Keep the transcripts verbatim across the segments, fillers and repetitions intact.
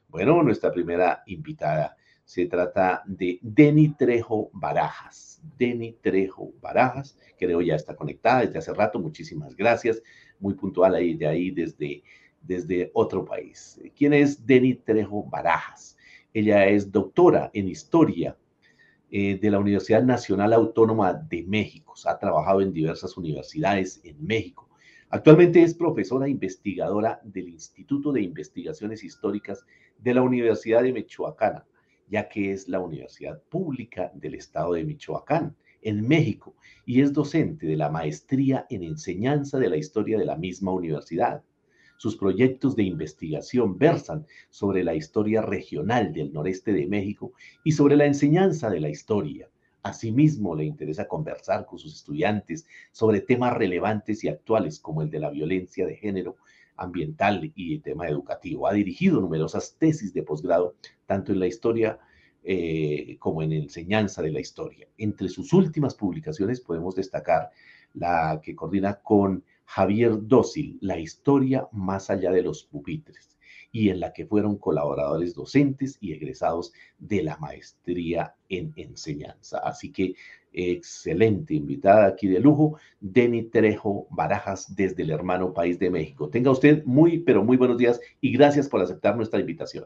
Bueno, nuestra primera invitada se trata de Denny Trejo Barajas. Denny Trejo Barajas, creo ya está conectada desde hace rato, muchísimas gracias, muy puntual ahí de ahí desde, desde otro país. ¿Quién es Denny Trejo Barajas? Ella es doctora en historia eh, de la Universidad Nacional Autónoma de México. Ha trabajado en diversas universidades en México. Actualmente es profesora investigadora del Instituto de Investigaciones Históricas de la Universidad de Michoacán, ya que es la universidad pública del estado de Michoacán, en México, y es docente de la maestría en enseñanza de la historia de la misma universidad. Sus proyectos de investigación versan sobre la historia regional del noreste de México y sobre la enseñanza de la historia. Asimismo, le interesa conversar con sus estudiantes sobre temas relevantes y actuales como el de la violencia de género, ambiental y el tema educativo. Ha dirigido numerosas tesis de posgrado, tanto en la historia eh, como en enseñanza de la historia. Entre sus últimas publicaciones podemos destacar la que coordina con Javier Dócil, La historia más allá de los pupitres, y en la que fueron colaboradores docentes y egresados de la maestría en enseñanza. Así que excelente invitada aquí de lujo, Denny Trejo Barajas desde el hermano país de México. Tenga usted muy, pero muy buenos días y gracias por aceptar nuestra invitación.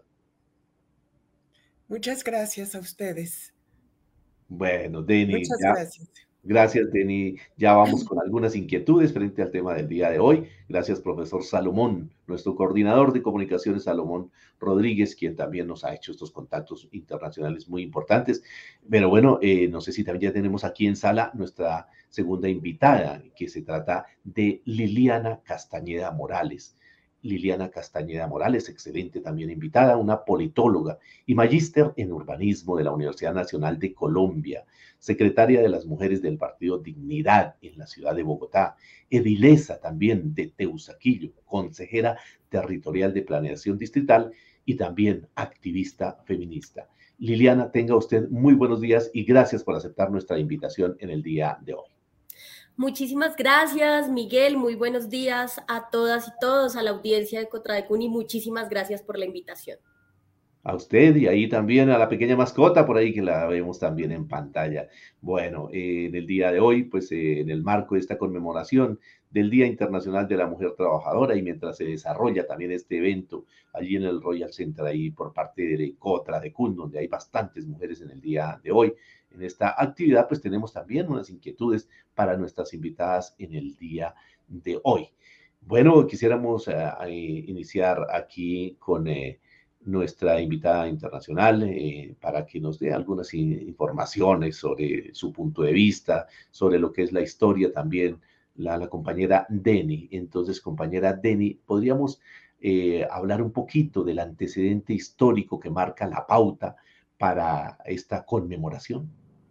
Muchas gracias a ustedes. Bueno, Denny, Muchas ya. gracias. Gracias, Denny. Ya vamos con algunas inquietudes frente al tema del día de hoy. Gracias, profesor Salomón, nuestro coordinador de comunicaciones, Salomón Rodríguez, quien también nos ha hecho estos contactos internacionales muy importantes. Pero bueno, eh, no sé si también ya tenemos aquí en sala nuestra segunda invitada, que se trata de Liliana Castañeda Morales. Liliana Castañeda Morales, excelente también invitada, una politóloga y magíster en urbanismo de la Universidad Nacional de Colombia, secretaria de las mujeres del partido Dignidad en la ciudad de Bogotá, edilesa también de Teusaquillo, consejera territorial de planeación distrital y también activista feminista. Liliana, tenga usted muy buenos días y gracias por aceptar nuestra invitación en el día de hoy. Muchísimas gracias, Miguel. Muy buenos días a todas y todos, a la audiencia de Cotradecún y muchísimas gracias por la invitación. A usted y ahí también a la pequeña mascota por ahí que la vemos también en pantalla. Bueno, eh, en el día de hoy, pues eh, en el marco de esta conmemoración del Día Internacional de la Mujer Trabajadora y mientras se desarrolla también este evento allí en el Royal Center ahí por parte de Cotradecún, donde hay bastantes mujeres en el día de hoy. En esta actividad pues tenemos también unas inquietudes para nuestras invitadas en el día de hoy. Bueno, quisiéramos uh, uh, iniciar aquí con... Eh, nuestra invitada internacional eh, para que nos dé algunas informaciones sobre su punto de vista, sobre lo que es la historia también, la, la compañera Denny. Entonces, compañera Denny, podríamos eh, hablar un poquito del antecedente histórico que marca la pauta para esta conmemoración.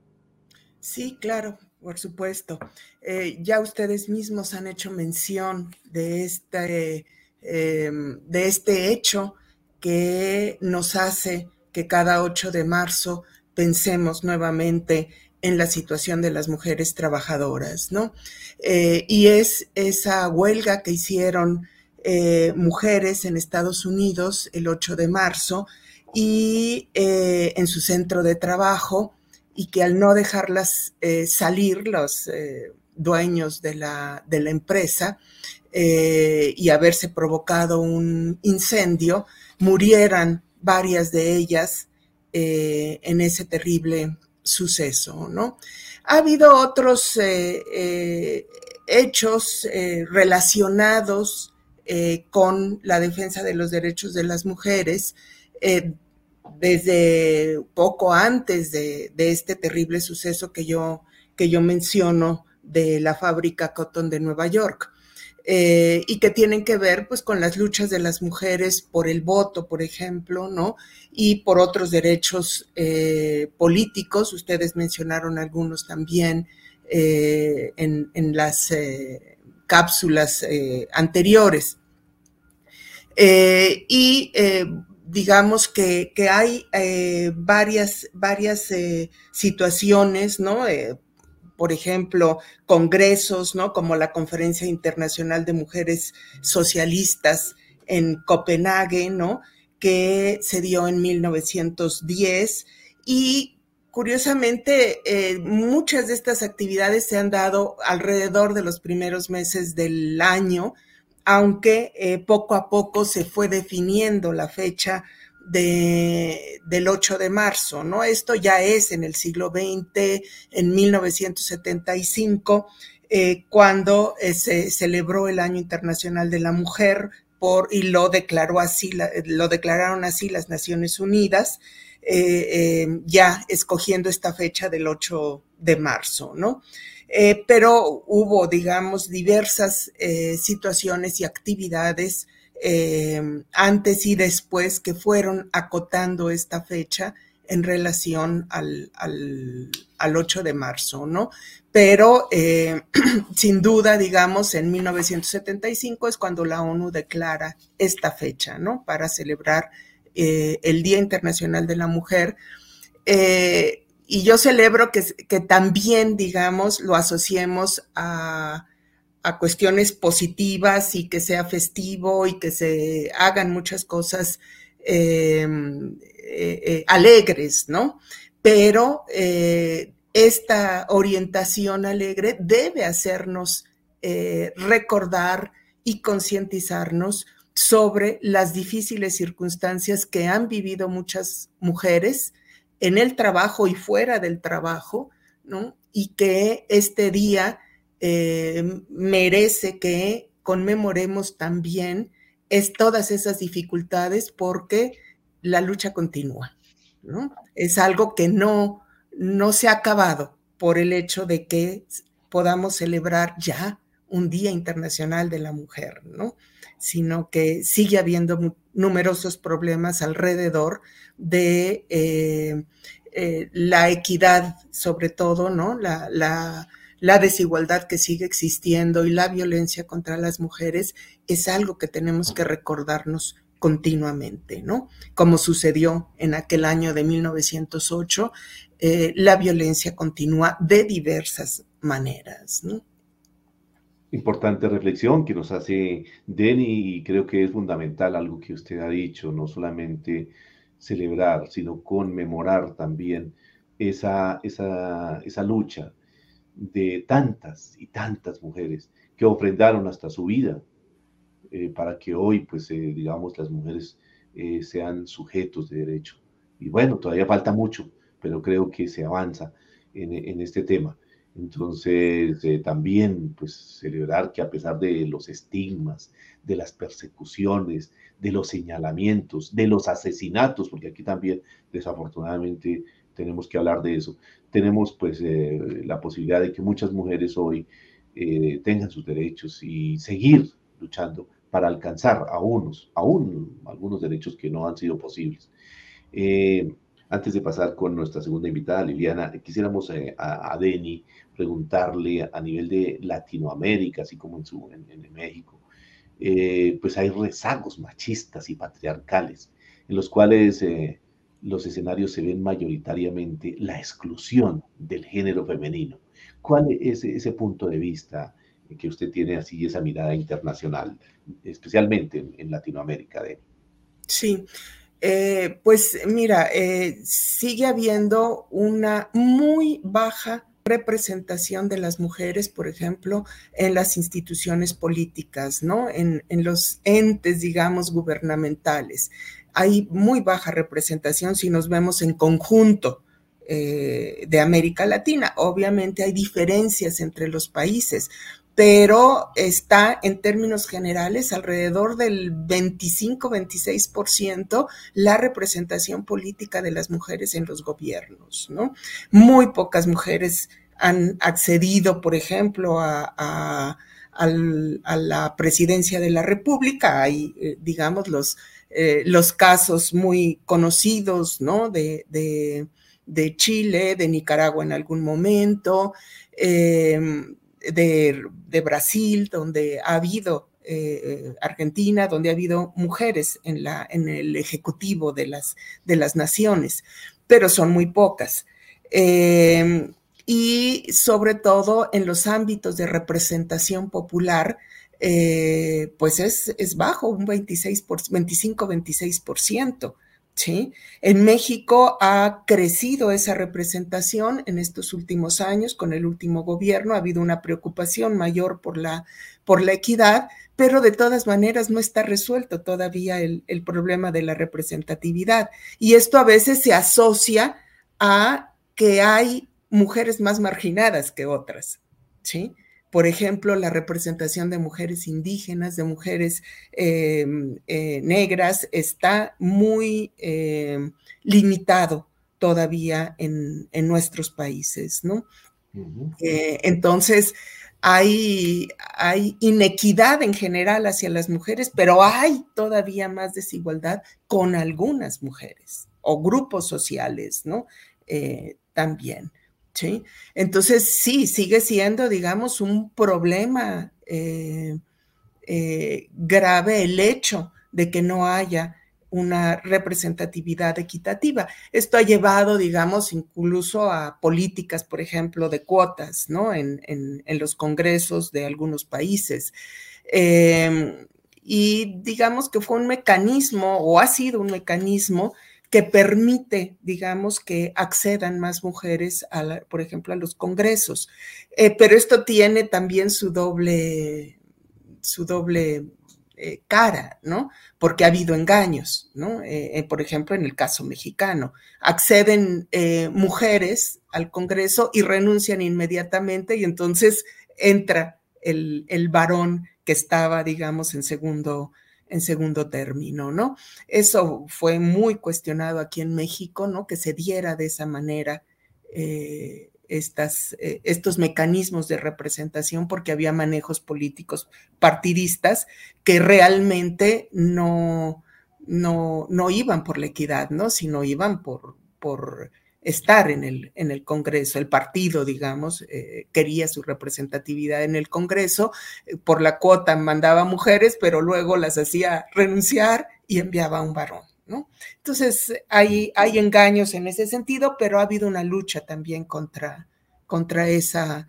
Sí, claro, por supuesto. Eh, ya ustedes mismos han hecho mención de este, eh, de este hecho que nos hace que cada ocho de marzo pensemos nuevamente en la situación de las mujeres trabajadoras, ¿no? Eh, y es esa huelga que hicieron eh, mujeres en Estados Unidos el ocho de marzo y eh, en su centro de trabajo, y que al no dejarlas eh, salir, los eh, dueños de la, de la empresa, eh, y haberse provocado un incendio, murieran varias de ellas eh, en ese terrible suceso, ¿no? Ha habido otros eh, eh, hechos eh, relacionados eh, con la defensa de los derechos de las mujeres, eh, desde poco antes de, de este terrible suceso que yo, que yo menciono de la fábrica Cotton de Nueva York. Eh, y que tienen que ver pues con las luchas de las mujeres por el voto, por ejemplo, ¿no? Y por otros derechos eh, políticos. Ustedes mencionaron algunos también eh, en, en las eh, cápsulas eh, anteriores. Eh, y eh, digamos que, que hay eh, varias, varias eh, situaciones, ¿no? Eh, por ejemplo, congresos, ¿no? Como la Conferencia Internacional de Mujeres Socialistas en Copenhague, ¿no? que se dio en mil novecientos diez y curiosamente eh, muchas de estas actividades se han dado alrededor de los primeros meses del año, aunque eh, poco a poco se fue definiendo la fecha de, del ocho de marzo, ¿no? Esto ya es en el siglo veinte, en mil novecientos setenta y cinco, eh, cuando eh, se celebró el Año Internacional de la Mujer por, y lo declaró así, la, lo declararon así las Naciones Unidas, eh, eh, ya escogiendo esta fecha del ocho de marzo, ¿no? Eh, pero hubo, digamos, diversas eh, situaciones y actividades eh, antes y después que fueron acotando esta fecha en relación al, al, al ocho de marzo, ¿no? Pero eh, sin duda, digamos, en mil novecientos setenta y cinco es cuando la ONU declara esta fecha, ¿no? Para celebrar eh, el Día Internacional de la Mujer. Eh, y yo celebro que, que también, digamos, lo asociemos a, a cuestiones positivas y que sea festivo y que se hagan muchas cosas eh, eh, eh, alegres, ¿no? Pero eh, esta orientación alegre debe hacernos eh, recordar y concientizarnos sobre las difíciles circunstancias que han vivido muchas mujeres en el trabajo y fuera del trabajo, ¿no? Y que este día eh, merece que conmemoremos también es todas esas dificultades porque la lucha continúa, ¿no? Es algo que no, no se ha acabado por el hecho de que podamos celebrar ya un Día Internacional de la Mujer, ¿no? Sino que sigue habiendo numerosos problemas alrededor de eh, eh, la equidad, sobre todo, ¿no? La, la, la desigualdad que sigue existiendo y la violencia contra las mujeres es algo que tenemos que recordarnos continuamente, ¿no? Como sucedió en aquel año de mil novecientos ocho, eh, la violencia continúa de diversas maneras, ¿no? Importante reflexión que nos hace Denny y creo que es fundamental algo que usted ha dicho, no solamente celebrar, sino conmemorar también esa, esa, esa lucha de tantas y tantas mujeres que ofrendaron hasta su vida eh, para que hoy, pues, eh, digamos, las mujeres eh, sean sujetos de derecho. Y bueno, todavía falta mucho, pero creo que se avanza en, en este tema. Entonces, eh, también, pues, celebrar que a pesar de los estigmas, de las persecuciones, de los señalamientos, de los asesinatos, porque aquí también, desafortunadamente, tenemos que hablar de eso, tenemos, pues, eh, la posibilidad de que muchas mujeres hoy eh, tengan sus derechos y seguir luchando para alcanzar a unos, aún algunos derechos que no han sido posibles. Eh, Antes de pasar con nuestra segunda invitada, Liliana, quisiéramos eh, a, a Denny preguntarle a nivel de Latinoamérica, así como en, su, en, en México, eh, pues hay rezagos machistas y patriarcales en los cuales eh, los escenarios se ven mayoritariamente la exclusión del género femenino. ¿Cuál es ese punto de vista que usted tiene así, esa mirada internacional, especialmente en, en Latinoamérica, Denny? Sí. Eh, pues mira, eh, sigue habiendo una muy baja representación de las mujeres, por ejemplo, en las instituciones políticas, ¿no? En, en los entes, digamos, gubernamentales. Hay muy baja representación si nos vemos en conjunto eh, de América Latina. Obviamente hay diferencias entre los países, pero está en términos generales alrededor del veinticinco a veintiséis por ciento la representación política de las mujeres en los gobiernos, ¿no? Muy pocas mujeres han accedido, por ejemplo, a, a, a, a la presidencia de la República. Hay, eh, digamos, los, eh, los casos muy conocidos, ¿no? De, de, de Chile, de Nicaragua en algún momento, eh, De, de Brasil, donde ha habido, eh, Argentina, donde ha habido mujeres en, la, en el ejecutivo de las, de las naciones, pero son muy pocas. Eh, y sobre todo en los ámbitos de representación popular, eh, pues es, es bajo, un veintiséis por, veinticinco, veintiséis por ciento. ¿Sí? En México ha crecido esa representación en estos últimos años, con el último gobierno ha habido una preocupación mayor por la, por la equidad, pero de todas maneras no está resuelto todavía el, el problema de la representatividad. Y esto a veces se asocia a que hay mujeres más marginadas que otras, ¿sí? Por ejemplo, la representación de mujeres indígenas, de mujeres eh, eh, negras, está muy eh, limitado todavía en, en nuestros países, ¿no? Uh-huh. Eh, entonces, hay, hay inequidad en general hacia las mujeres, pero hay todavía más desigualdad con algunas mujeres o grupos sociales, ¿no? Eh, también. ¿Sí? Entonces, sí, sigue siendo, digamos, un problema eh, eh, grave el hecho de que no haya una representatividad equitativa. Esto ha llevado, digamos, incluso a políticas, por ejemplo, de cuotas, ¿no? En, en, en los congresos de algunos países. Eh, y digamos que fue un mecanismo, o ha sido un mecanismo, que permite, digamos, que accedan más mujeres, a la, por ejemplo, a los congresos. Eh, pero esto tiene también su doble, su doble eh, cara, ¿no? Porque ha habido engaños, ¿no? Eh, eh, por ejemplo, en el caso mexicano, acceden eh, mujeres al congreso y renuncian inmediatamente y entonces entra el, el varón que estaba, digamos, en segundo en segundo término, ¿no? Eso fue muy cuestionado aquí en México, ¿no? Que se diera de esa manera eh, estas, eh, estos mecanismos de representación porque había manejos políticos partidistas que realmente no, no, no iban por la equidad, ¿no? Sino iban por, por estar en el, en el Congreso. El partido, digamos, eh, quería su representatividad en el Congreso, eh, por la cuota mandaba mujeres, pero luego las hacía renunciar y enviaba a un varón, ¿no? Entonces, hay, hay engaños en ese sentido, pero ha habido una lucha también contra, contra esa,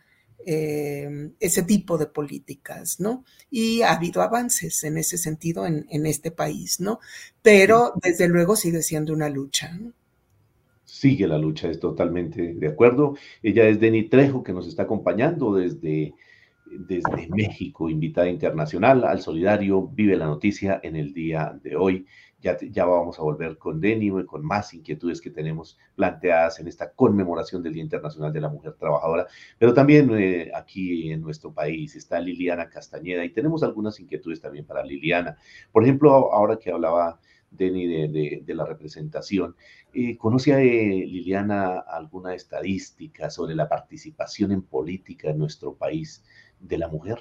eh, ese tipo de políticas, ¿no? Y ha habido avances en ese sentido en, en este país, ¿no? Pero, desde luego, sigue siendo una lucha, ¿no? Sigue la lucha, es totalmente de acuerdo. Ella es Denny Trejo, que nos está acompañando desde, desde México, invitada internacional al Solidario Vive la Noticia en el día de hoy. Ya, ya vamos a volver con Denny, con más inquietudes que tenemos planteadas en esta conmemoración del Día Internacional de la Mujer Trabajadora, pero también eh, aquí en nuestro país está Liliana Castañeda y tenemos algunas inquietudes también para Liliana. Por ejemplo, ahora que hablaba Denny de, de, de la representación, Eh, ¿conoce eh, Liliana alguna estadística sobre la participación en política en nuestro país de la mujer?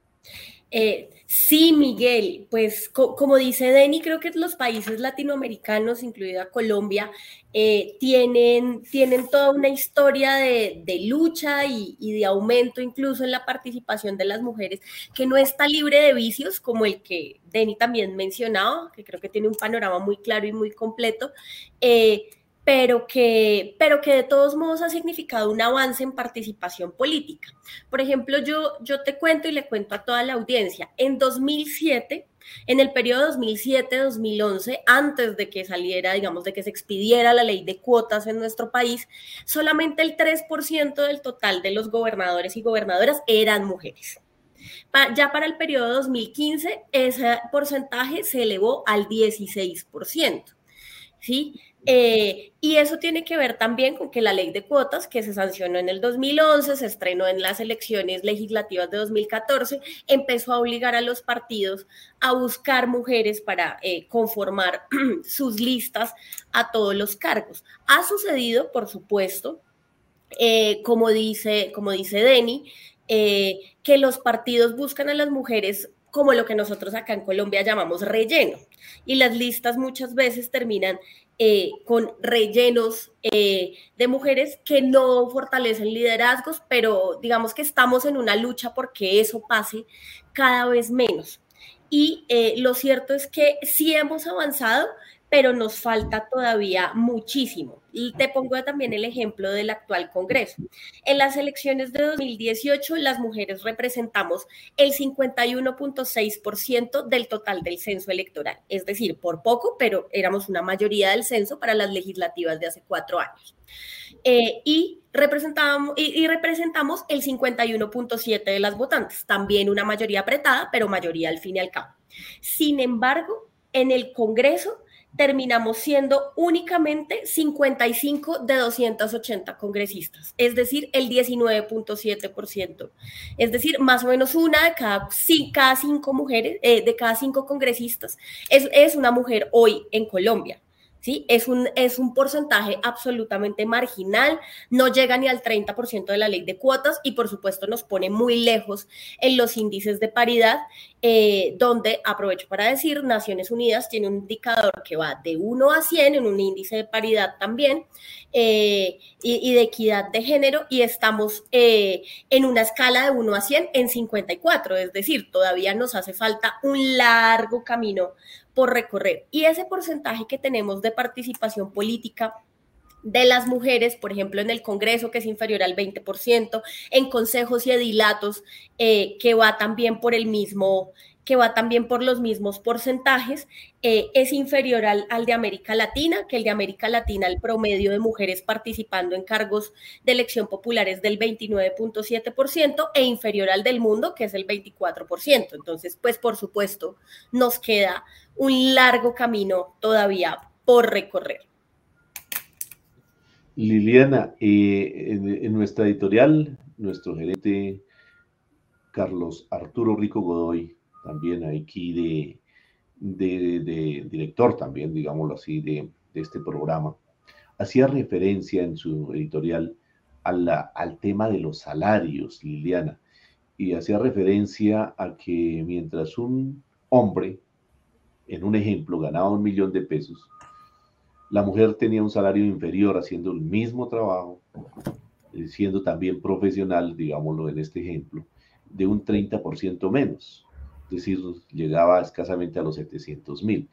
Eh, sí, Miguel, pues co como dice Denny, creo que los países latinoamericanos, incluida Colombia, eh, tienen, tienen toda una historia de, de lucha y, y de aumento incluso en la participación de las mujeres, que no está libre de vicios, como el que Denny también mencionaba, que creo que tiene un panorama muy claro y muy completo, eh, pero que, pero que de todos modos ha significado un avance en participación política. Por ejemplo, yo, yo te cuento y le cuento a toda la audiencia, en dos mil siete, en el periodo dos mil siete a dos mil once, antes de que saliera, digamos, de que se expidiera la ley de cuotas en nuestro país, solamente el tres por ciento del total de los gobernadores y gobernadoras eran mujeres. Ya para el periodo dos mil quince, ese porcentaje se elevó al dieciséis por ciento. ¿Sí? Eh, y eso tiene que ver también con que la ley de cuotas que se sancionó en el dos mil once, se estrenó en las elecciones legislativas de dos mil catorce, empezó a obligar a los partidos a buscar mujeres para eh, conformar sus listas a todos los cargos. Ha sucedido, por supuesto, eh, como dice, como dice Denny, eh, que los partidos buscan a las mujeres como lo que nosotros acá en Colombia llamamos relleno. Y las listas muchas veces terminan eh, con rellenos eh, de mujeres que no fortalecen liderazgos, pero digamos que estamos en una lucha porque eso pase cada vez menos. Y eh, lo cierto es que sí hemos avanzado, pero nos falta todavía muchísimo. Y te pongo también el ejemplo del actual Congreso. En las elecciones de dos mil dieciocho, las mujeres representamos el cincuenta y uno punto seis por ciento del total del censo electoral, es decir, por poco, pero éramos una mayoría del censo para las legislativas de hace cuatro años. Eh, y, representamos, y, y representamos el cincuenta y uno punto siete por ciento de las votantes, también una mayoría apretada, pero mayoría al fin y al cabo. Sin embargo, en el Congreso terminamos siendo únicamente cincuenta y cinco de doscientos ochenta congresistas, es decir, el diecinueve punto siete por ciento. Es decir, más o menos una de cada, cada cinco mujeres, eh, de cada cinco congresistas es, es una mujer hoy en Colombia. ¿Sí? Es un, es un porcentaje absolutamente marginal, no llega ni al treinta por ciento de la ley de cuotas y por supuesto nos pone muy lejos en los índices de paridad, eh, donde, aprovecho para decir, Naciones Unidas tiene un indicador que va de uno a cien en un índice de paridad también, eh, y, y de equidad de género, y estamos eh, en una escala de uno a cien en cincuenta y cuatro, es decir, todavía nos hace falta un largo camino por recorrer. Y ese porcentaje que tenemos de participación política de las mujeres, por ejemplo, en el Congreso, que es inferior al veinte por ciento, en consejos y edilatos, eh, que va también por el mismo, que va también por los mismos porcentajes, eh, es inferior al, al de América Latina, que el de América Latina, el promedio de mujeres participando en cargos de elección popular es del veintinueve punto siete por ciento e inferior al del mundo, que es el veinticuatro por ciento. Entonces, pues, por supuesto, nos queda un largo camino todavía por recorrer. Liliana, eh, en, en nuestra editorial, nuestro gerente Carlos Arturo Rico Godoy, también aquí de, de, de director también, digámoslo así, de, de este programa, hacía referencia en su editorial a la, al tema de los salarios, Liliana, y hacía referencia a que mientras un hombre, en un ejemplo, ganaba un millón de pesos, la mujer tenía un salario inferior haciendo el mismo trabajo, siendo también profesional, digámoslo en este ejemplo, de un treinta por ciento menos, es decir, llegaba escasamente a los setecientos mil.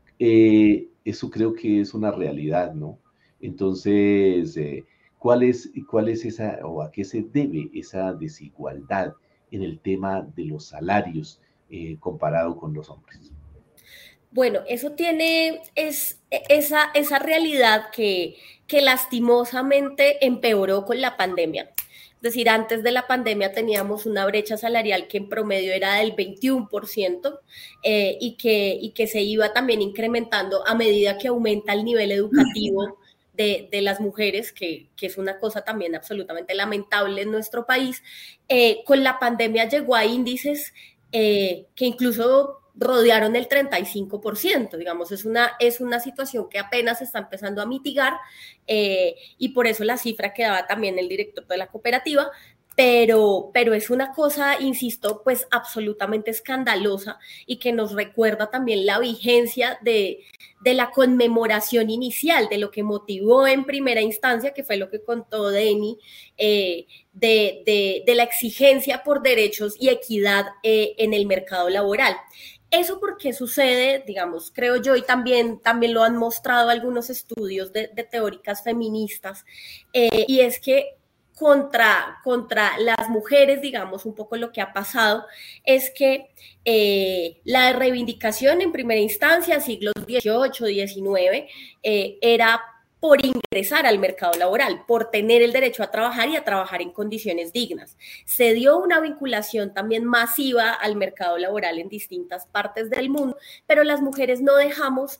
Eh, eso creo que es una realidad, ¿no? Entonces, eh, ¿cuál es, cuál es esa, o a qué se debe esa desigualdad en el tema de los salarios eh, comparado con los hombres? Bueno, eso tiene es, esa, esa realidad que, que lastimosamente empeoró con la pandemia. Es decir, antes de la pandemia teníamos una brecha salarial que en promedio era del veintiuno por ciento, eh, y, que, y que se iba también incrementando a medida que aumenta el nivel educativo de, de las mujeres, que, que es una cosa también absolutamente lamentable en nuestro país. Eh, con la pandemia llegó a índices eh, que incluso rodearon el treinta y cinco por ciento, digamos, es una, es una situación que apenas se está empezando a mitigar, eh, y por eso la cifra que daba también el director de la cooperativa, pero, pero es una cosa, insisto, pues absolutamente escandalosa y que nos recuerda también la vigencia de, de la conmemoración inicial, de lo que motivó en primera instancia, que fue lo que contó Deni, eh, de, de, de la exigencia por derechos y equidad eh, en el mercado laboral. ¿Eso por qué sucede? Digamos, creo yo, y también, también lo han mostrado algunos estudios de, de teóricas feministas, eh, y es que contra, contra las mujeres, digamos, un poco lo que ha pasado es que eh, la reivindicación en primera instancia, siglos dieciocho, diecinueve, eh, era por ingresar al mercado laboral, por tener el derecho a trabajar y a trabajar en condiciones dignas. Se dio una vinculación también masiva al mercado laboral en distintas partes del mundo, pero las mujeres no dejamos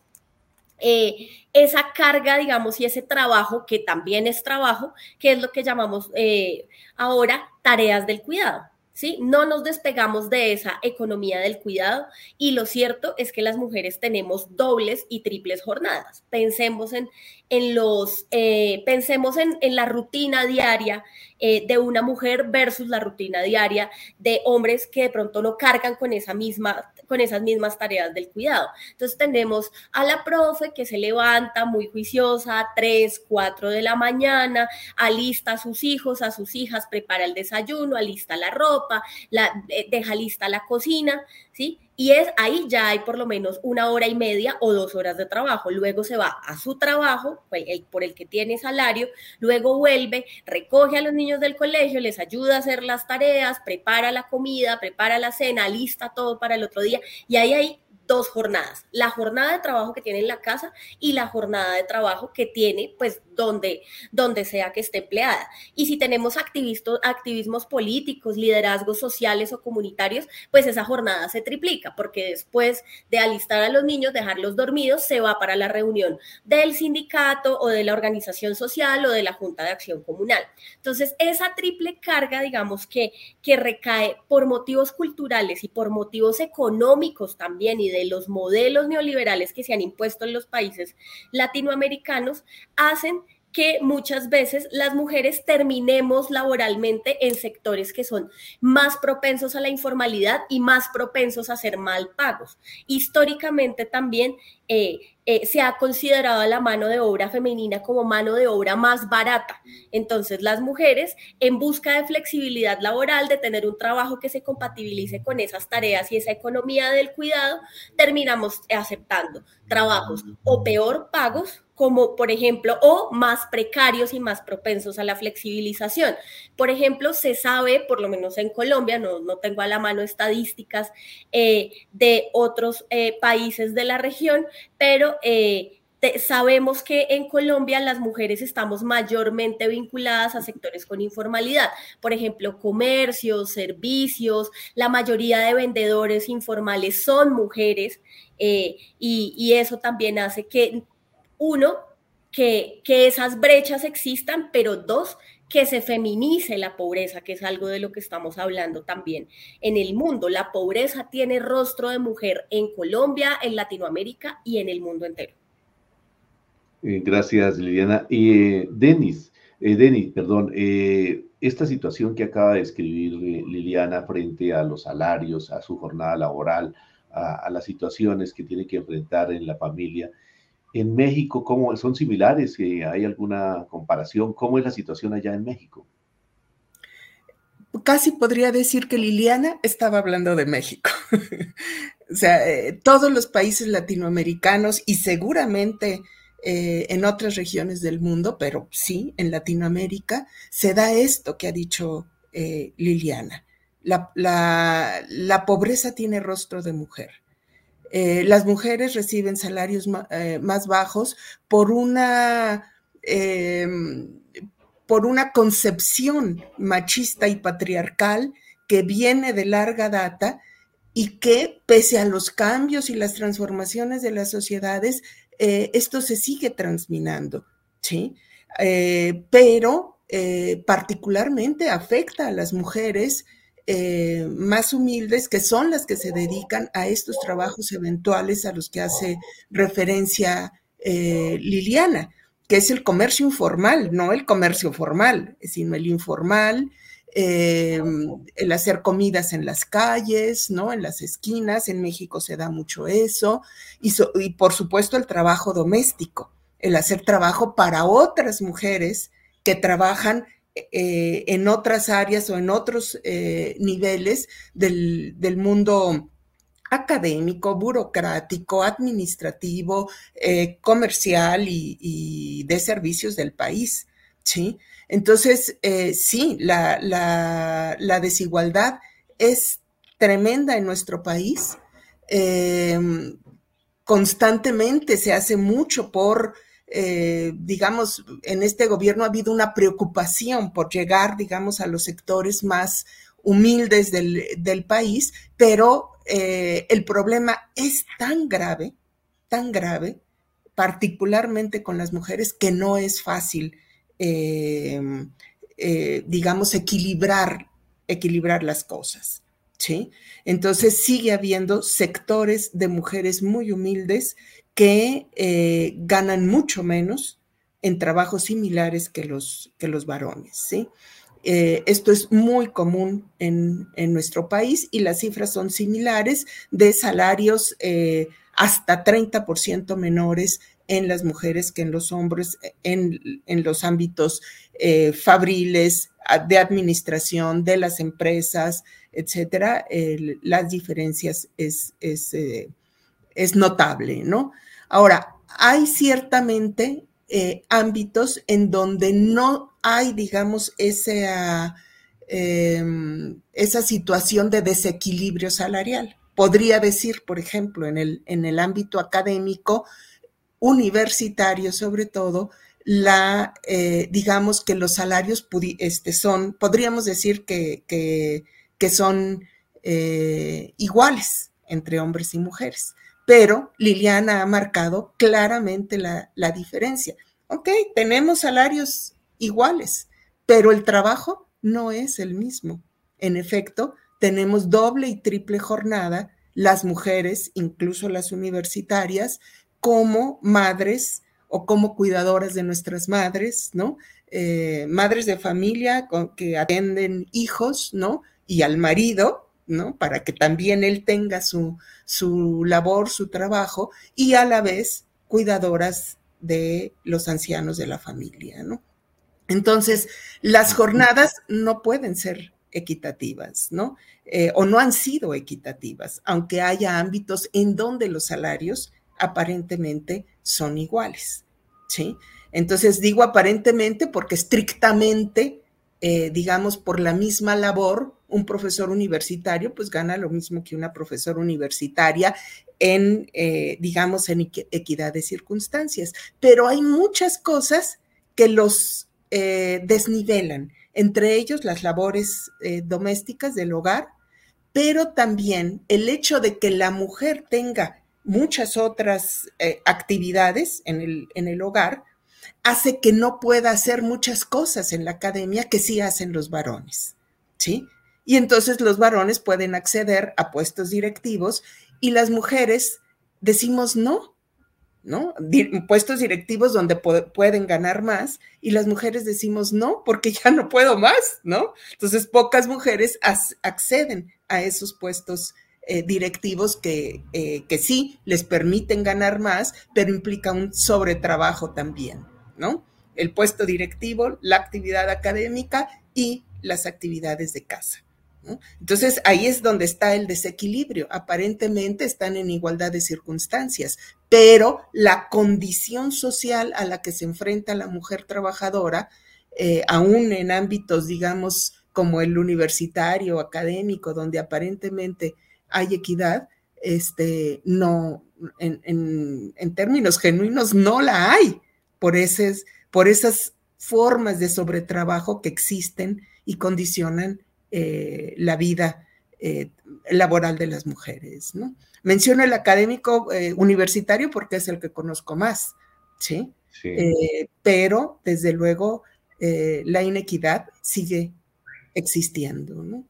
eh, esa carga, digamos, y ese trabajo, que también es trabajo, que es lo que llamamos eh, ahora tareas del cuidado. ¿Sí? No nos despegamos de esa economía del cuidado, y lo cierto es que las mujeres tenemos dobles y triples jornadas. Pensemos en, en, los, eh, pensemos en, en la rutina diaria eh, de una mujer versus la rutina diaria de hombres que de pronto no cargan con, esa misma, con esas mismas tareas del cuidado. Entonces tenemos a la profe que se levanta muy juiciosa a tres, cuatro de la mañana, alista a sus hijos, a sus hijas, prepara el desayuno, alista la ropa, La, deja lista la cocina, ¿sí? Y es ahí ya hay por lo menos una hora y media o dos horas de trabajo. Luego se va a su trabajo, el, por el que tiene salario, luego vuelve, recoge a los niños del colegio, les ayuda a hacer las tareas, prepara la comida, prepara la cena, lista todo para el otro día. Y ahí hay dos jornadas, la jornada de trabajo que tiene en la casa y la jornada de trabajo que tiene pues donde, donde sea que esté empleada. Y si tenemos activismos políticos, liderazgos sociales o comunitarios, pues esa jornada se triplica, porque después de alistar a los niños, dejarlos dormidos, se va para la reunión del sindicato o de la organización social o de la Junta de Acción Comunal. Entonces, esa triple carga, digamos, que, que recae por motivos culturales y por motivos económicos también, y de los modelos neoliberales que se han impuesto en los países latinoamericanos, hacen que muchas veces las mujeres terminemos laboralmente en sectores que son más propensos a la informalidad y más propensos a ser mal pagos. Históricamente también eh, eh, se ha considerado a la mano de obra femenina como mano de obra más barata. Entonces las mujeres, en busca de flexibilidad laboral, de tener un trabajo que se compatibilice con esas tareas y esa economía del cuidado, terminamos aceptando trabajos o peor pagos, como por ejemplo, o más precarios y más propensos a la flexibilización. Por ejemplo, se sabe, por lo menos en Colombia, no, no tengo a la mano estadísticas eh, de otros eh, países de la región, pero eh, te, sabemos que en Colombia las mujeres estamos mayormente vinculadas a sectores con informalidad. Por ejemplo, comercios, servicios, la mayoría de vendedores informales son mujeres, eh, y, y eso también hace que uno, que, que esas brechas existan, pero dos, que se feminice la pobreza, que es algo de lo que estamos hablando también en el mundo. La pobreza tiene rostro de mujer en Colombia, en Latinoamérica y en el mundo entero. Eh, gracias, Liliana. Y eh, Denis, eh, Denis, perdón, eh, esta situación que acaba de escribir eh, Liliana frente a los salarios, a su jornada laboral, a, a las situaciones que tiene que enfrentar en la familia. En México, ¿cómo son similares? ¿Hay alguna comparación? ¿Cómo es la situación allá en México? Casi podría decir que Liliana estaba hablando de México. O sea, eh, todos los países latinoamericanos y seguramente eh, en otras regiones del mundo, pero sí, en Latinoamérica, se da esto que ha dicho eh, Liliana. La, la, la pobreza tiene rostro de mujer. Eh, las mujeres reciben salarios ma, eh, más bajos por una, eh, por una concepción machista y patriarcal que viene de larga data y que, pese a los cambios y las transformaciones de las sociedades, eh, esto se sigue transminando, ¿sí? Eh, pero eh, particularmente afecta a las mujeres Eh, más humildes, que son las que se dedican a estos trabajos eventuales a los que hace referencia eh, Liliana, que es el comercio informal, no el comercio formal, sino el informal, eh, el hacer comidas en las calles, ¿no? En las esquinas. En México se da mucho eso, y, so, y por supuesto el trabajo doméstico, el hacer trabajo para otras mujeres que trabajan Eh, en otras áreas o en otros eh, niveles del, del mundo académico, burocrático, administrativo, eh, comercial y, y de servicios del país, ¿sí? Entonces, eh, sí, la, la, la desigualdad es tremenda en nuestro país. Eh, constantemente se hace mucho por... Eh, digamos, en este gobierno ha habido una preocupación por llegar, digamos, a los sectores más humildes del, del país, pero eh, el problema es tan grave, tan grave, particularmente con las mujeres, que no es fácil, eh, eh, digamos, equilibrar, equilibrar las cosas, ¿sí? Entonces sigue habiendo sectores de mujeres muy humildes que eh, ganan mucho menos en trabajos similares que los, que los varones, ¿sí? Eh, esto es muy común en, en nuestro país y las cifras son similares, de salarios eh, hasta treinta por ciento menores en las mujeres que en los hombres, en, en los ámbitos eh, fabriles, de administración, de las empresas, etcétera. Eh, las diferencias es, es, eh, es notable, ¿no? Ahora, hay ciertamente eh, ámbitos en donde no hay, digamos, esa, eh, esa situación de desequilibrio salarial. Podría decir, por ejemplo, en el, en el ámbito académico, universitario sobre todo, la, eh, digamos que los salarios este, son, podríamos decir que, que, que son eh, iguales entre hombres y mujeres. Pero Liliana ha marcado claramente la, la diferencia. Ok, tenemos salarios iguales, pero el trabajo no es el mismo. En efecto, tenemos doble y triple jornada, las mujeres, incluso las universitarias, como madres o como cuidadoras de nuestras madres, ¿no? Eh, madres de familia con, que atienden hijos, ¿no? Y al marido, ¿no? Para que también él tenga su, su labor, su trabajo, y a la vez cuidadoras de los ancianos de la familia, ¿no? Entonces, las jornadas no pueden ser equitativas, ¿no? Eh, o no han sido equitativas, aunque haya ámbitos en donde los salarios aparentemente son iguales, ¿sí? Entonces digo aparentemente porque estrictamente, eh, digamos, por la misma labor, un profesor universitario pues gana lo mismo que una profesora universitaria en, eh, digamos, en equidad de circunstancias. Pero hay muchas cosas que los eh, desnivelan, entre ellos las labores eh, domésticas del hogar, pero también el hecho de que la mujer tenga muchas otras eh, actividades en el, en el hogar, hace que no pueda hacer muchas cosas en la academia que sí hacen los varones, ¿sí? Y entonces los varones pueden acceder a puestos directivos y las mujeres decimos no, ¿no? Puestos directivos donde pueden ganar más y las mujeres decimos no, porque ya no puedo más, ¿no? Entonces pocas mujeres acceden a esos puestos Eh, directivos que, eh, que sí les permiten ganar más, pero implica un sobretrabajo también, ¿no? El puesto directivo, la actividad académica y las actividades de casa, ¿no? Entonces, ahí es donde está el desequilibrio. Aparentemente están en igualdad de circunstancias, pero la condición social a la que se enfrenta la mujer trabajadora, eh, aún en ámbitos, digamos, como el universitario, académico, donde aparentemente hay equidad, este, no, en, en, en términos genuinos no la hay por, ese, por esas formas de sobretrabajo que existen y condicionan eh, la vida eh, laboral de las mujeres, ¿no? Menciono el académico eh, universitario porque es el que conozco más, ¿sí? Sí. Eh, pero desde luego eh, la inequidad sigue existiendo, ¿no?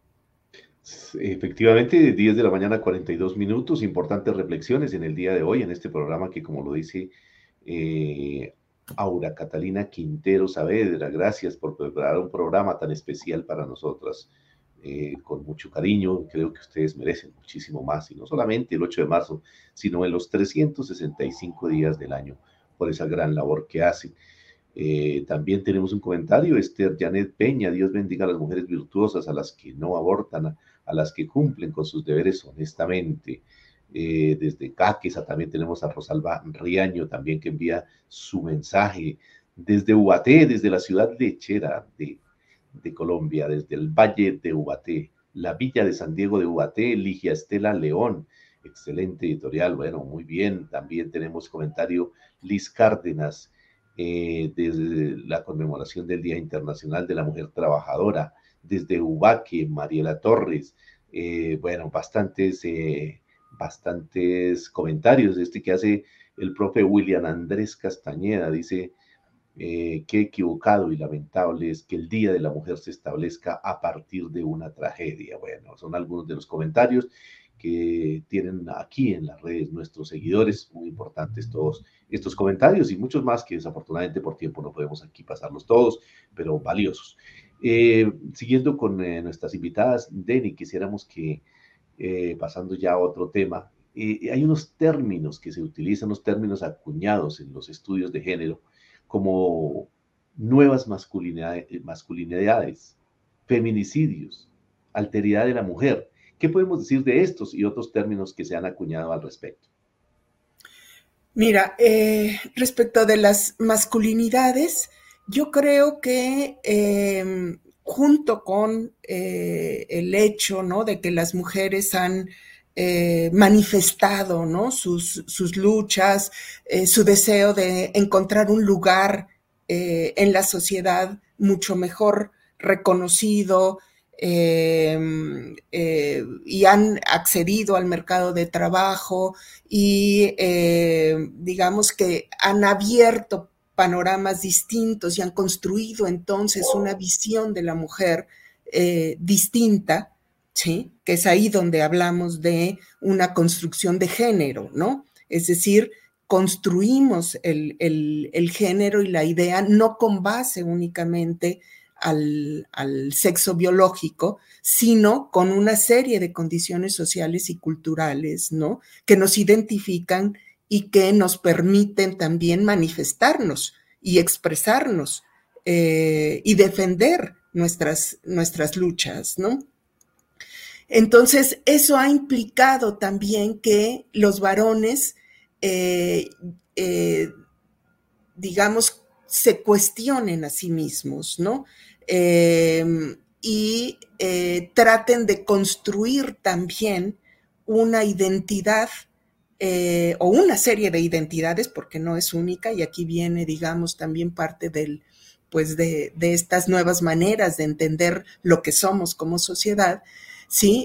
Efectivamente, diez de la mañana, cuarenta y dos minutos, importantes reflexiones en el día de hoy, en este programa que, como lo dice eh, Aura Catalina Quintero Saavedra, gracias por preparar un programa tan especial para nosotras, eh, con mucho cariño. Creo que ustedes merecen muchísimo más, y no solamente el ocho de marzo, sino en los trescientos sesenta y cinco días del año, por esa gran labor que hacen. Eh, también tenemos un comentario, Esther Janet Peña: Dios bendiga a las mujeres virtuosas, a las que no abortan, a, a las que cumplen con sus deberes honestamente. Eh, desde Caquesa también tenemos a Rosalba Riaño, también, que envía su mensaje. Desde Ubaté, desde la ciudad lechera de, de Colombia, desde el Valle de Ubaté, la Villa de San Diego de Ubaté, Ligia Estela León, excelente editorial, bueno, muy bien. También tenemos comentario Liz Cárdenas, Eh, desde la conmemoración del Día Internacional de la Mujer Trabajadora, desde Ubaque, Mariela Torres, eh, bueno, bastantes, eh, bastantes comentarios. Este que hace el profe William Andrés Castañeda, dice: eh, qué equivocado y lamentable es que el Día de la Mujer se establezca a partir de una tragedia. Bueno, son algunos de los comentarios que tienen aquí en las redes nuestros seguidores, muy importantes todos estos comentarios y muchos más que desafortunadamente por tiempo no podemos aquí pasarlos todos, pero valiosos. Eh, siguiendo con eh, nuestras invitadas, Denny, quisiéramos que, eh, pasando ya a otro tema, eh, hay unos términos que se utilizan, unos términos acuñados en los estudios de género, como nuevas masculinidades, masculinidades, feminicidios, alteridad de la mujer. ¿Qué podemos decir de estos y otros términos que se han acuñado al respecto? Mira, eh, respecto de las masculinidades, yo creo que eh, junto con eh, el hecho, ¿no?, de que las mujeres han eh, manifestado, ¿no?, sus, sus luchas, eh, su deseo de encontrar un lugar eh, en la sociedad mucho mejor reconocido, eh, eh, y han accedido al mercado de trabajo y eh, digamos que han abierto panoramas distintos y han construido entonces una visión de la mujer eh, distinta, ¿sí?, que es ahí donde hablamos de una construcción de género, ¿no? Es decir, construimos el, el, el género y la idea no con base únicamente Al, al sexo biológico, sino con una serie de condiciones sociales y culturales, ¿no?, que nos identifican y que nos permiten también manifestarnos y expresarnos eh, y defender nuestras, nuestras luchas, ¿no? Entonces, eso ha implicado también que los varones, eh, eh, digamos, se cuestionen a sí mismos, ¿no? Eh, y eh, traten de construir también una identidad eh, o una serie de identidades, porque no es única, y aquí viene, digamos, también parte del, pues de, de estas nuevas maneras de entender lo que somos como sociedad, ¿sí?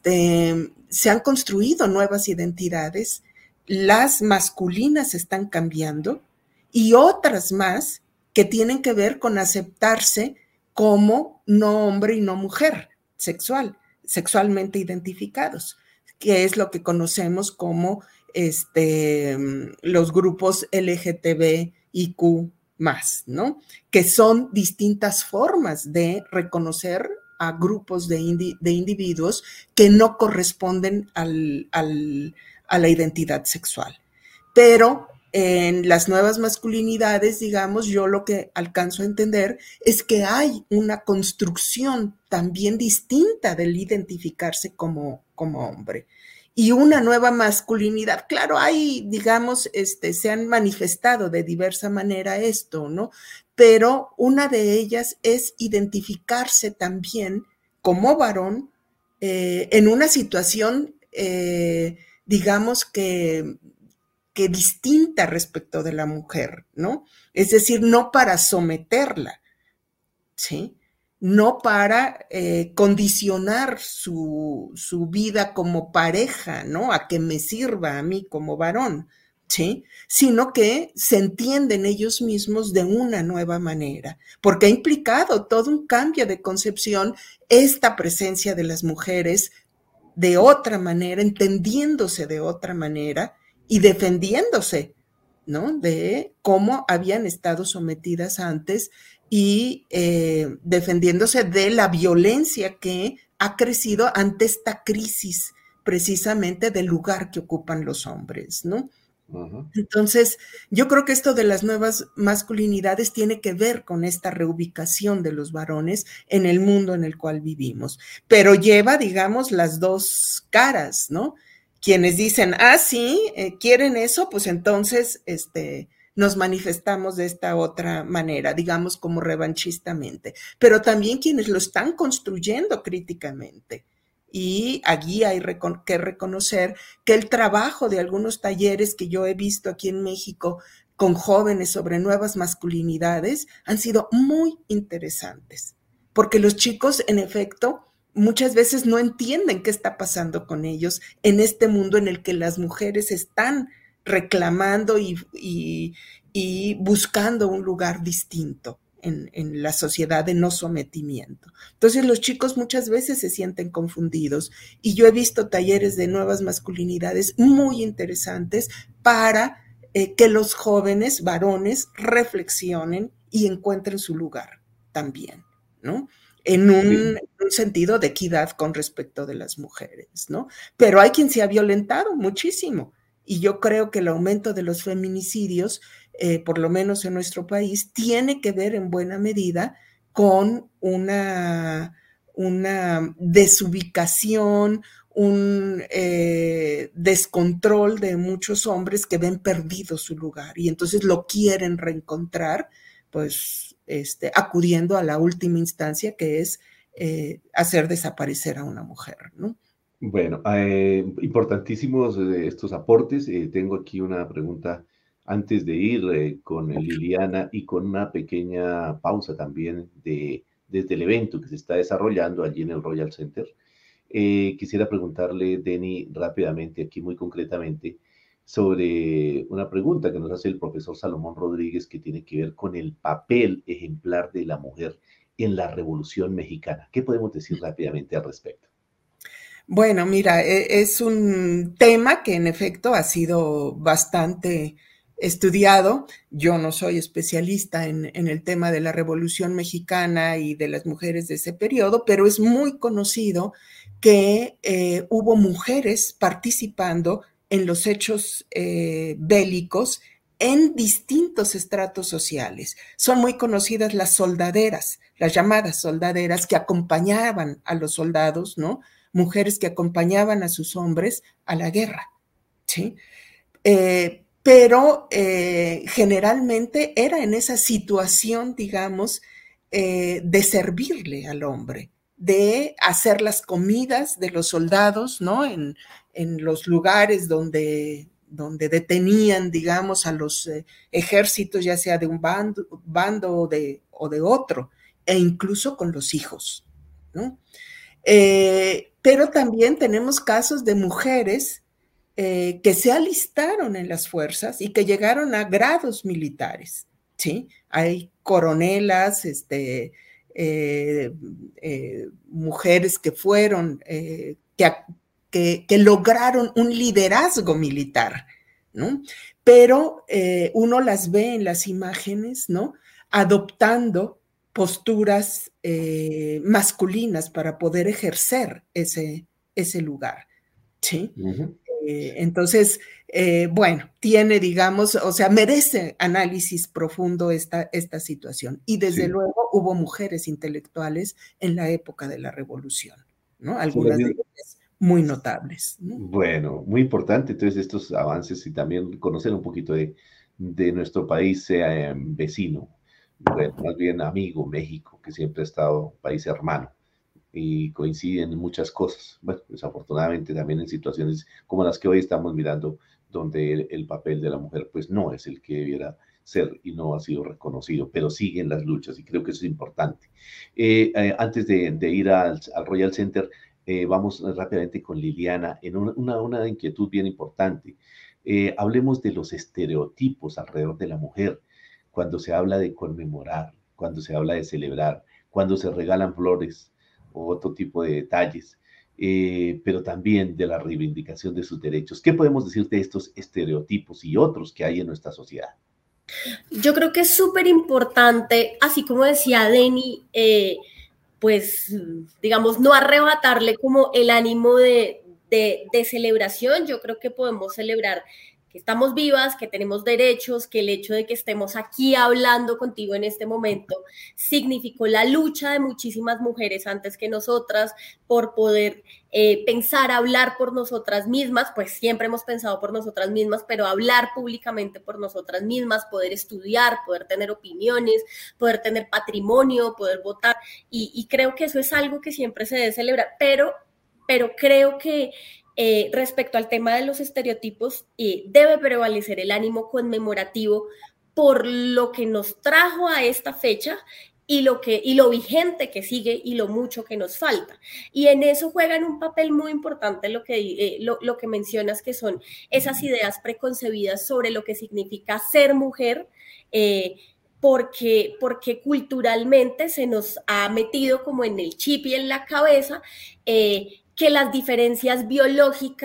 Este, se han construido nuevas identidades, las masculinas están cambiando, y otras más que tienen que ver con aceptarse como no hombre y no mujer sexual, sexualmente identificados, que es lo que conocemos como este, los grupos L G T B I Q más, ¿no? Que son distintas formas de reconocer a grupos de, indi de individuos que no corresponden al, al, a la identidad sexual. Pero en las nuevas masculinidades, digamos, yo lo que alcanzo a entender es que hay una construcción también distinta del identificarse como, como hombre. Y una nueva masculinidad, claro, hay, digamos, este, se han manifestado de diversa manera esto, ¿no? Pero una de ellas es identificarse también como varón eh, en una situación, eh, digamos que que distinta respecto de la mujer, ¿no? Es decir, no para someterla, ¿sí? No para eh, condicionar su, su vida como pareja, ¿no? A que me sirva a mí como varón, ¿sí? Sino que se entienden ellos mismos de una nueva manera, porque ha implicado todo un cambio de concepción esta presencia de las mujeres de otra manera, entendiéndose de otra manera, y defendiéndose, ¿no?, de cómo habían estado sometidas antes y eh, defendiéndose de la violencia que ha crecido ante esta crisis precisamente del lugar que ocupan los hombres, ¿no? Uh-huh. Entonces, yo creo que esto de las nuevas masculinidades tiene que ver con esta reubicación de los varones en el mundo en el cual vivimos, pero lleva, digamos, las dos caras, ¿no? Quienes dicen, ah, sí, eh, quieren eso, pues entonces este, nos manifestamos de esta otra manera, digamos como revanchistamente, pero también quienes lo están construyendo críticamente. Y allí hay recon- que reconocer que el trabajo de algunos talleres que yo he visto aquí en México con jóvenes sobre nuevas masculinidades han sido muy interesantes, porque los chicos, en efecto, muchas veces no entienden qué está pasando con ellos en este mundo en el que las mujeres están reclamando y, y, y buscando un lugar distinto en, en la sociedad de no sometimiento. Entonces los chicos muchas veces se sienten confundidos y yo he visto talleres de nuevas masculinidades muy interesantes para eh, que los jóvenes varones reflexionen y encuentren su lugar también, ¿no? en un, un sentido de equidad con respecto de las mujeres, ¿no? Pero hay quien se ha violentado muchísimo, y yo creo que el aumento de los feminicidios, eh, por lo menos en nuestro país, tiene que ver en buena medida con una, una desubicación, un eh, descontrol de muchos hombres que ven perdido su lugar y entonces lo quieren reencontrar, pues este, acudiendo a la última instancia, que es eh, hacer desaparecer a una mujer, ¿no? Bueno, eh, importantísimos eh, estos aportes. Eh, tengo aquí una pregunta antes de ir eh, con Liliana y con una pequeña pausa también de, desde el evento que se está desarrollando allí en el Royal Center. Eh, quisiera preguntarle, Denny, rápidamente, aquí muy concretamente, sobre una pregunta que nos hace el profesor Salomón Rodríguez que tiene que ver con el papel ejemplar de la mujer en la Revolución Mexicana. ¿Qué podemos decir rápidamente al respecto? Bueno, mira, es un tema que en efecto ha sido bastante estudiado. Yo no soy especialista en, en el tema de la Revolución Mexicana y de las mujeres de ese periodo, pero es muy conocido que eh, hubo mujeres participando en los hechos eh, bélicos en distintos estratos sociales. Son muy conocidas las soldaderas, las llamadas soldaderas que acompañaban a los soldados, ¿no? Mujeres que acompañaban a sus hombres a la guerra, ¿sí? Eh, pero eh, generalmente era en esa situación, digamos, eh, de servirle al hombre, de hacer las comidas de los soldados, ¿no? En, en los lugares donde, donde detenían, digamos, a los eh, ejércitos, ya sea de un bando, bando o, de, o de otro, e incluso con los hijos, ¿no? Eh, pero también tenemos casos de mujeres eh, que se alistaron en las fuerzas y que llegaron a grados militares, ¿sí? Hay coronelas, este, eh, eh, mujeres que fueron, eh, que, que, que lograron un liderazgo militar, ¿no? Pero eh, uno las ve en las imágenes, ¿no? Adoptando posturas eh, masculinas para poder ejercer ese, ese lugar, ¿sí? Uh-huh. Eh, entonces, eh, bueno, tiene, digamos, o sea, merece análisis profundo esta, esta situación. Y desde sí. luego hubo mujeres intelectuales en la época de la Revolución, ¿no? Algunas sí, de ellas muy notables, ¿no? Bueno, muy importante entonces estos avances y también conocer un poquito de, de nuestro país eh, vecino. Bueno, más bien amigo, México, que siempre ha estado país hermano y coinciden en muchas cosas. Bueno, desafortunadamente también en situaciones como las que hoy estamos mirando, donde el, el papel de la mujer pues no es el que debiera ser y no ha sido reconocido, pero siguen las luchas y creo que eso es importante. Eh, eh, antes de, de ir al, al Royal Center, eh, vamos rápidamente con Liliana en una, una, una inquietud bien importante. Eh, hablemos de los estereotipos alrededor de la mujer. Cuando se habla de conmemorar, cuando se habla de celebrar, cuando se regalan flores o otro tipo de detalles, eh, pero también de la reivindicación de sus derechos. ¿Qué podemos decir de estos estereotipos y otros que hay en nuestra sociedad? Yo creo que es súper importante, así como decía Denny, eh, pues, digamos, no arrebatarle como el ánimo de, de, de celebración. Yo creo que podemos celebrar que estamos vivas, que tenemos derechos, que el hecho de que estemos aquí hablando contigo en este momento significó la lucha de muchísimas mujeres antes que nosotras por poder eh, pensar, hablar por nosotras mismas, pues siempre hemos pensado por nosotras mismas, pero hablar públicamente por nosotras mismas, poder estudiar, poder tener opiniones, poder tener patrimonio, poder votar, y, y creo que eso es algo que siempre se debe celebrar, pero, pero creo que Eh, respecto al tema de los estereotipos, eh, debe prevalecer el ánimo conmemorativo por lo que nos trajo a esta fecha y lo, que, y lo vigente que sigue y lo mucho que nos falta. Y en eso juegan un papel muy importante lo que, eh, lo, lo que mencionas, que son esas ideas preconcebidas sobre lo que significa ser mujer, eh, porque, porque culturalmente se nos ha metido como en el chip y en la cabeza, eh, que las diferencias biológicas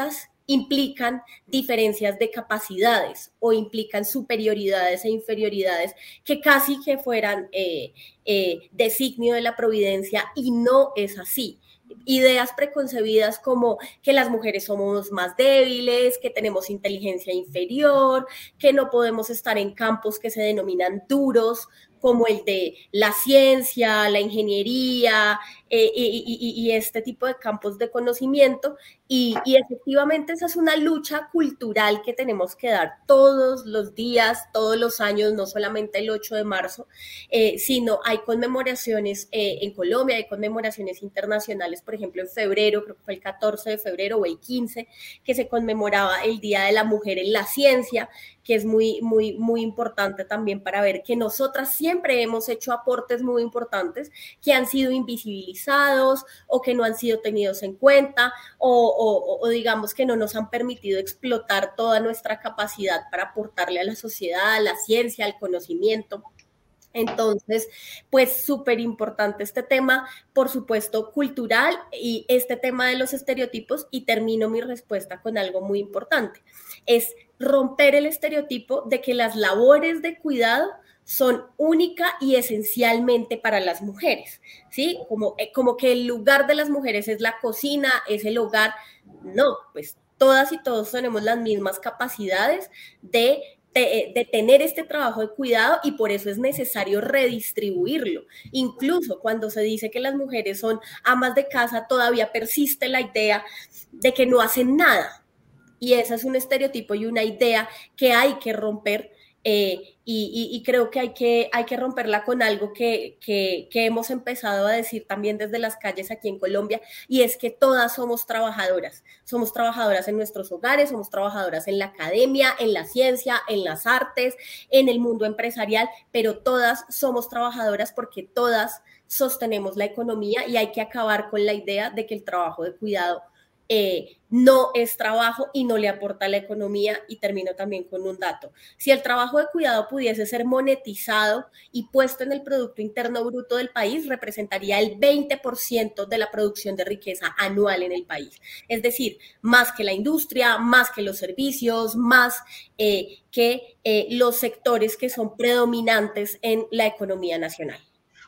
implican diferencias de capacidades o implican superioridades e inferioridades que casi que fueran eh, eh, designio de la providencia, y no es así. Ideas preconcebidas como que las mujeres somos más débiles, que tenemos inteligencia inferior, que no podemos estar en campos que se denominan duros, como el de la ciencia, la ingeniería eh, y, y, y este tipo de campos de conocimiento. Y, y efectivamente esa es una lucha cultural que tenemos que dar todos los días, todos los años, no solamente el ocho de marzo, eh, sino hay conmemoraciones eh, en Colombia, hay conmemoraciones internacionales, por ejemplo en febrero, creo que fue el catorce de febrero o el quince, que se conmemoraba el Día de la Mujer en la Ciencia, que es muy, muy, muy importante también para ver que nosotras siempre hemos hecho aportes muy importantes que han sido invisibilizados o que no han sido tenidos en cuenta o, o, o digamos que no nos han permitido explotar toda nuestra capacidad para aportarle a la sociedad, a la ciencia, al conocimiento. Entonces, pues súper importante este tema, por supuesto, cultural, y este tema de los estereotipos, y termino mi respuesta con algo muy importante, es romper el estereotipo de que las labores de cuidado son única y esencialmente para las mujeres, ¿sí? Como, como que el lugar de las mujeres es la cocina, es el hogar. No, pues todas y todos tenemos las mismas capacidades de De, de tener este trabajo de cuidado, y por eso es necesario redistribuirlo. Incluso cuando se dice que las mujeres son amas de casa, todavía persiste la idea de que no hacen nada. Y ese es un estereotipo y una idea que hay que romper, eh, y, y, y creo que hay, que hay que romperla con algo que, que, que hemos empezado a decir también desde las calles aquí en Colombia, y es que todas somos trabajadoras. Somos trabajadoras en nuestros hogares, somos trabajadoras en la academia, en la ciencia, en las artes, en el mundo empresarial, pero todas somos trabajadoras porque todas sostenemos la economía, y hay que acabar con la idea de que el trabajo de cuidado Eh, no es trabajo y no le aporta a la economía. Y termino también con un dato: si el trabajo de cuidado pudiese ser monetizado y puesto en el Producto Interno Bruto del país, representaría el veinte por ciento de la producción de riqueza anual en el país. Es decir, más que la industria, más que los servicios, más eh, que eh, los sectores que son predominantes en la economía nacional.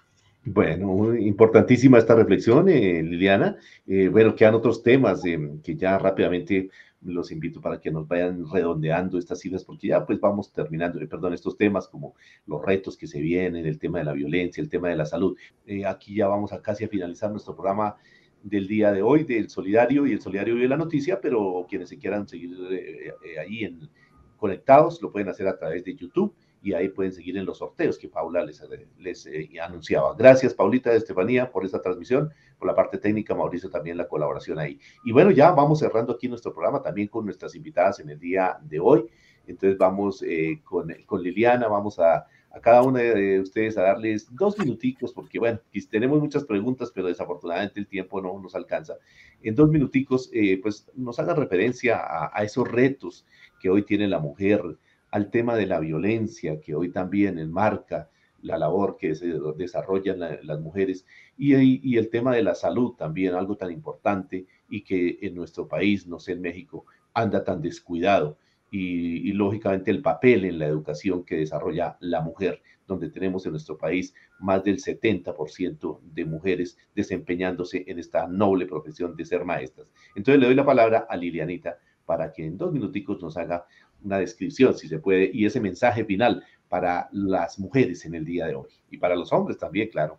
Bueno, importantísima esta reflexión, eh, Liliana. Eh, bueno, quedan otros temas eh, que ya rápidamente los invito para que nos vayan redondeando estas cifras, porque ya pues vamos terminando, eh, perdón, estos temas como los retos que se vienen, el tema de la violencia, el tema de la salud. Eh, aquí ya vamos a casi a finalizar nuestro programa del día de hoy, del Solidario y el Solidario Vive la Noticia, pero quienes se quieran seguir eh, eh, ahí en, conectados, lo pueden hacer a través de YouTube, y ahí pueden seguir en los sorteos que Paula les, les eh, anunciaba. Gracias, Paulita, Estefanía, por esta transmisión, por la parte técnica, Mauricio también la colaboración ahí. Y bueno, ya vamos cerrando aquí nuestro programa también con nuestras invitadas en el día de hoy. Entonces vamos eh, con, con Liliana, vamos a, a cada una de ustedes a darles dos minuticos, porque bueno, tenemos muchas preguntas, pero desafortunadamente el tiempo no nos alcanza. En dos minuticos, eh, pues nos hagan referencia a, a esos retos que hoy tiene la mujer, al tema de la violencia que hoy también enmarca la labor que se desarrollan la, las mujeres, y, y el tema de la salud también, algo tan importante y que en nuestro país, no sé, en México, anda tan descuidado, y, y lógicamente el papel en la educación que desarrolla la mujer, donde tenemos en nuestro país más del setenta por ciento de mujeres desempeñándose en esta noble profesión de ser maestras. Entonces le doy la palabra a Lilianita para que en dos minuticos nos haga una descripción, si se puede, y ese mensaje final para las mujeres en el día de hoy, y para los hombres también, claro.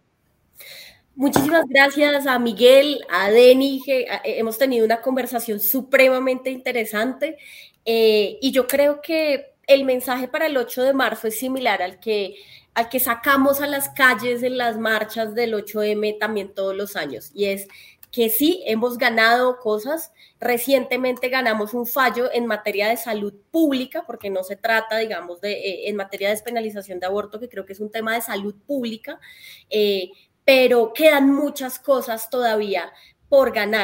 Muchísimas gracias a Miguel, a Deni, que hemos tenido una conversación supremamente interesante, eh, y yo creo que el mensaje para el ocho de marzo es similar al que, al que sacamos a las calles en las marchas del ocho eme también todos los años, y es que sí, hemos ganado cosas. Recientemente ganamos un fallo en materia de salud pública, porque no se trata, digamos, de eh, en materia de despenalización de aborto, que creo que es un tema de salud pública, eh, pero quedan muchas cosas todavía por ganar.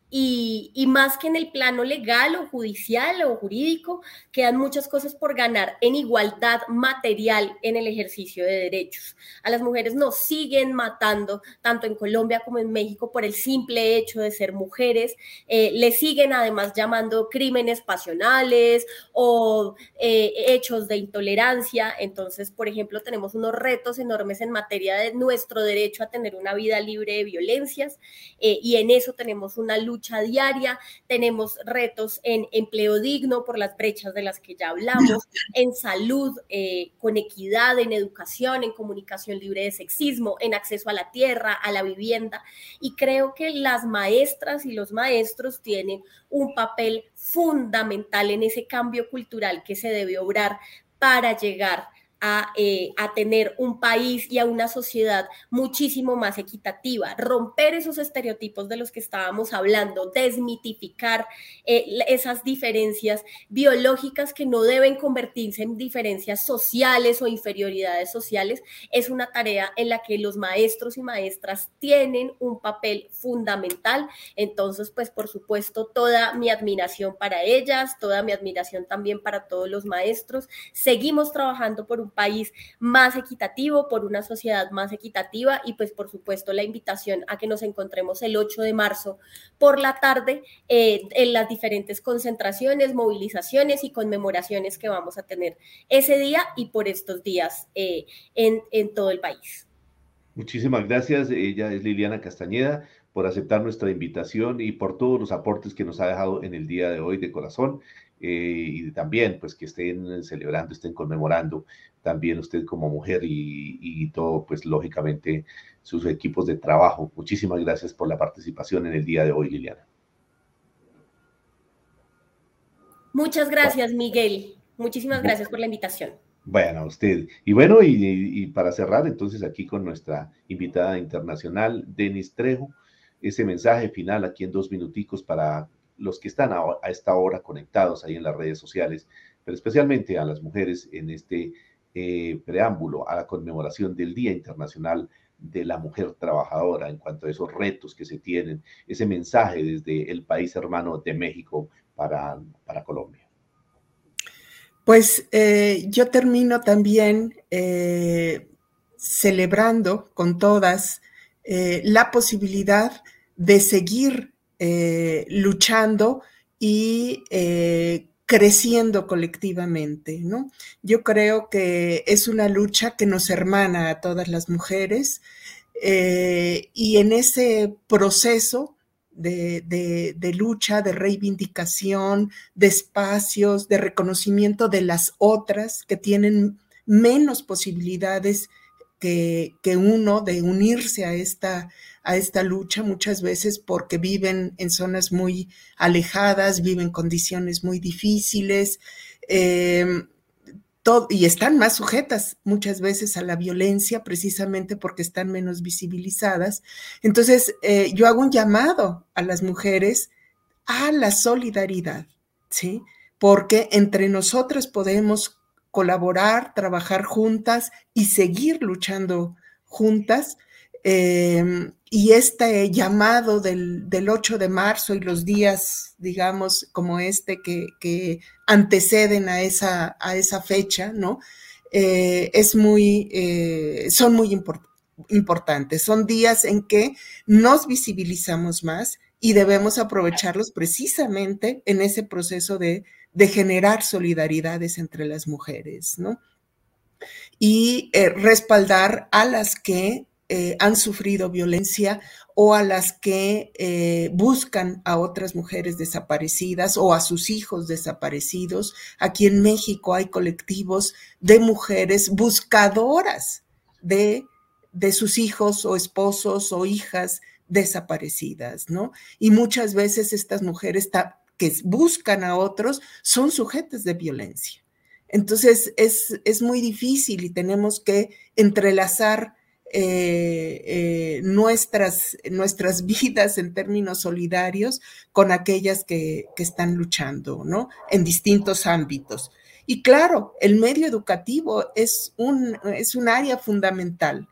Y, y más que en el plano legal o judicial o jurídico, quedan muchas cosas por ganar en igualdad material en el ejercicio de derechos. A las mujeres nos siguen matando, tanto en Colombia como en México, por el simple hecho de ser mujeres. Eh, le siguen además llamando crímenes pasionales o eh, hechos de intolerancia. Entonces, por ejemplo, tenemos unos retos enormes en materia de nuestro derecho a tener una vida libre de violencias, eh, y en eso tenemos una lucha diaria. Tenemos retos en empleo digno por las brechas de las que ya hablamos, en salud, eh, con equidad, en educación, en comunicación libre de sexismo, en acceso a la tierra, a la vivienda, y creo que las maestras y los maestros tienen un papel fundamental en ese cambio cultural que se debe obrar para llegar A, eh, a tener un país y a una sociedad muchísimo más equitativa, romper esos estereotipos de los que estábamos hablando, desmitificar eh, esas diferencias biológicas que no deben convertirse en diferencias sociales o inferioridades sociales. Es una tarea en la que los maestros y maestras tienen un papel fundamental. Entonces, pues por supuesto, toda mi admiración para ellas, toda mi admiración también para todos los maestros. Seguimos trabajando por un país más equitativo, por una sociedad más equitativa, y pues por supuesto la invitación a que nos encontremos el ocho de marzo por la tarde eh, en las diferentes concentraciones, movilizaciones y conmemoraciones que vamos a tener ese día y por estos días eh, en, en todo el país. Muchísimas gracias. Ella es Liliana Castañeda, por aceptar nuestra invitación y por todos los aportes que nos ha dejado en el día de hoy de corazón. Eh, y también pues que estén celebrando, estén conmemorando también usted como mujer y, y todo, pues lógicamente sus equipos de trabajo. Muchísimas gracias por la participación en el día de hoy, Liliana. Muchas gracias, Miguel. Muchísimas gracias por la invitación. Bueno, usted. Y bueno, y, y para cerrar entonces aquí con nuestra invitada internacional, Denis Trejo, ese mensaje final aquí en dos minuticos para los que están a, a esta hora conectados ahí en las redes sociales, pero especialmente a las mujeres en este eh, preámbulo a la conmemoración del Día Internacional de la Mujer Trabajadora, en cuanto a esos retos que se tienen, ese mensaje desde el país hermano de México para, para Colombia. Pues eh, yo termino también eh, celebrando con todas eh, la posibilidad de seguir Eh, luchando y eh, creciendo colectivamente, ¿no? Yo creo que es una lucha que nos hermana a todas las mujeres eh, y en ese proceso de, de, de lucha, de reivindicación, de espacios, de reconocimiento de las otras que tienen menos posibilidades que, que uno de unirse a esta a esta lucha muchas veces porque viven en zonas muy alejadas, viven en condiciones muy difíciles eh, todo, y están más sujetas muchas veces a la violencia precisamente porque están menos visibilizadas. Entonces, eh, yo hago un llamado a las mujeres a la solidaridad, ¿sí? Porque entre nosotras podemos colaborar, trabajar juntas y seguir luchando juntas. Eh, y este llamado del, del ocho de marzo y los días, digamos, como este que, que anteceden a esa, a esa fecha, ¿no? Eh, es muy, eh, son muy import- importantes. Son días en que nos visibilizamos más y debemos aprovecharlos precisamente en ese proceso de, de generar solidaridades entre las mujeres, ¿no? Y eh, respaldar a las que Eh, han sufrido violencia o a las que eh, buscan a otras mujeres desaparecidas o a sus hijos desaparecidos. Aquí en México hay colectivos de mujeres buscadoras de, de sus hijos o esposos o hijas desaparecidas, ¿no? Y muchas veces estas mujeres que buscan a otros son sujetas de violencia. Entonces es, es muy difícil y tenemos que entrelazar Eh, eh, nuestras, nuestras vidas en términos solidarios con aquellas que, que están luchando, ¿no? En distintos ámbitos. Y claro, el medio educativo es un, es un área fundamental,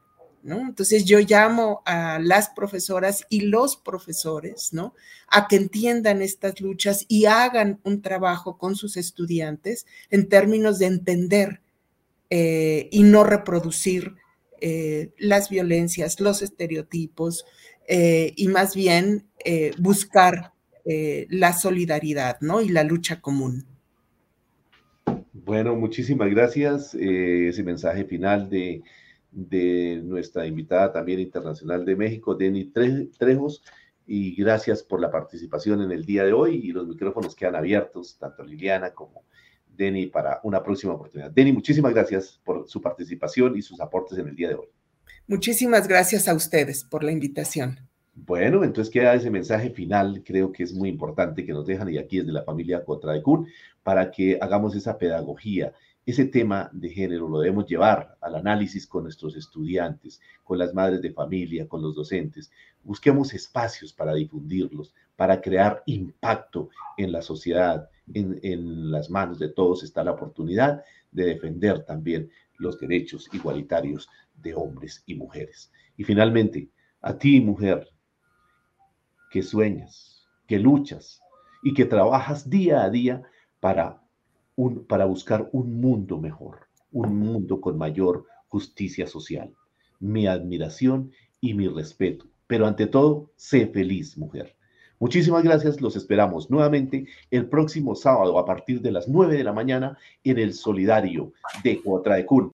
¿no? Entonces yo llamo a las profesoras y los profesores, ¿no?, a que entiendan estas luchas y hagan un trabajo con sus estudiantes en términos de entender eh, y no reproducir eh, las violencias, los estereotipos eh, y más bien eh, buscar eh, la solidaridad, ¿no?, y la lucha común. Bueno, muchísimas gracias. Eh, ese mensaje final de, de nuestra invitada también internacional de México, Denny Trejos, y gracias por la participación en el día de hoy, y los micrófonos quedan abiertos, tanto Liliana como Denny, para una próxima oportunidad. Denny, muchísimas gracias por su participación y sus aportes en el día de hoy. Muchísimas gracias a ustedes por la invitación. Bueno, entonces queda ese mensaje final, creo que es muy importante que nos dejan, y aquí desde la familia Cotradecún, para que hagamos esa pedagogía. Ese tema de género lo debemos llevar al análisis con nuestros estudiantes, con las madres de familia, con los docentes. Busquemos espacios para difundirlos, para crear impacto en la sociedad. En, en las manos de todos está la oportunidad de defender también los derechos igualitarios de hombres y mujeres. Y finalmente, a ti, mujer, que sueñas, que luchas y que trabajas día a día para, un, para buscar un mundo mejor, un mundo con mayor justicia social. Mi admiración y mi respeto, pero ante todo, sé feliz, mujer. Muchísimas gracias, los esperamos nuevamente el próximo sábado a partir de las nueve de la mañana en el Solidario de Cotradecún.